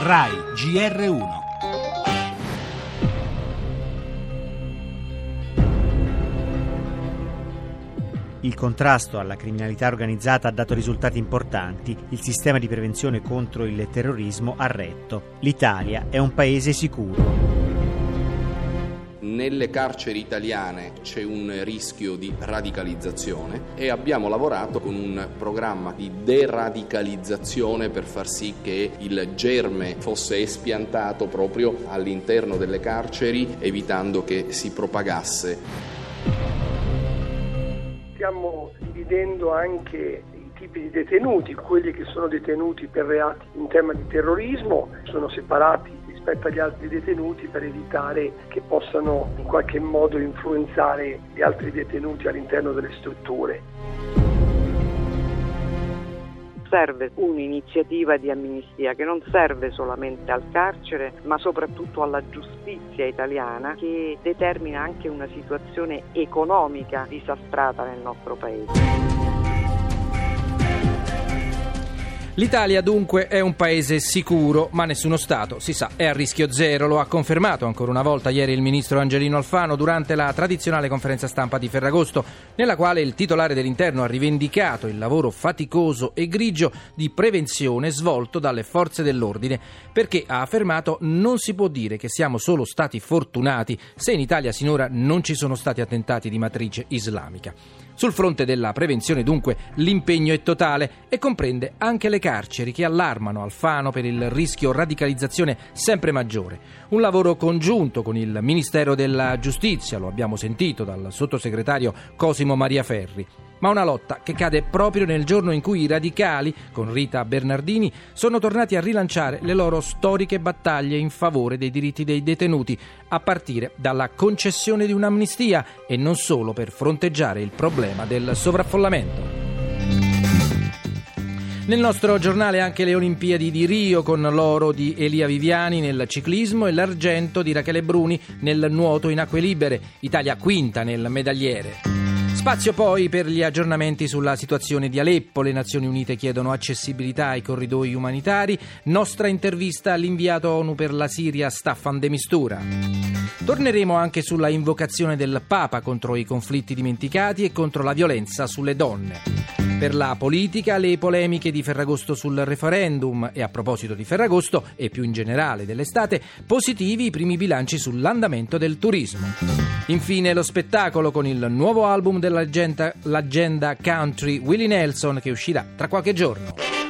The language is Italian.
RAI GR1. Il contrasto alla criminalità organizzata ha dato risultati importanti. Il sistema di prevenzione contro il terrorismo ha retto. L'Italia è un paese sicuro. Nelle carceri italiane c'è un rischio di radicalizzazione e abbiamo lavorato con un programma di deradicalizzazione per far sì che il germe fosse espiantato proprio all'interno delle carceri, evitando che si propagasse. Stiamo dividendo anche i tipi di detenuti. Quelli che sono detenuti per reati in tema di terrorismo sono separati rispetto agli altri detenuti per evitare che possano in qualche modo influenzare gli altri detenuti all'interno delle strutture. Serve un'iniziativa di amnistia che non serve solamente al carcere, ma soprattutto alla giustizia italiana, che determina anche una situazione economica disastrata nel nostro paese. L'Italia dunque è un paese sicuro, ma nessuno Stato, si sa, è a rischio zero. Lo ha confermato ancora una volta ieri il ministro Angelino Alfano durante la tradizionale conferenza stampa di Ferragosto, nella quale il titolare dell'Interno ha rivendicato il lavoro faticoso e grigio di prevenzione svolto dalle forze dell'ordine, perché, ha affermato, non si può dire che siamo solo stati fortunati se in Italia sinora non ci sono stati attentati di matrice islamica. Sul fronte della prevenzione, dunque, l'impegno è totale e comprende anche le carceri che allarmano Alfano per il rischio radicalizzazione sempre maggiore. Un lavoro congiunto con il Ministero della Giustizia, lo abbiamo sentito dal sottosegretario Cosimo Maria Ferri, ma una lotta che cade proprio nel giorno in cui i radicali, con Rita Bernardini, sono tornati a rilanciare le loro storiche battaglie in favore dei diritti dei detenuti, a partire dalla concessione di un'amnistia e non solo per fronteggiare il problema del sovraffollamento. Nel nostro giornale anche le Olimpiadi di Rio, con l'oro di Elia Viviani nel ciclismo e l'argento di Rachele Bruni nel nuoto in acque libere, Italia quinta nel medagliere. Spazio poi per gli aggiornamenti sulla situazione di Aleppo. Le Nazioni Unite chiedono accessibilità ai corridoi umanitari. Nostra intervista all'inviato ONU per la Siria Staffan de Mistura. Torneremo anche sulla invocazione del Papa contro i conflitti dimenticati e contro la violenza sulle donne. Per la politica, le polemiche di Ferragosto sul referendum e, a proposito di Ferragosto e più in generale dell'estate, positivi i primi bilanci sull'andamento del turismo. Infine lo spettacolo con il nuovo album dell'agenda country Willie Nelson, che uscirà tra qualche giorno.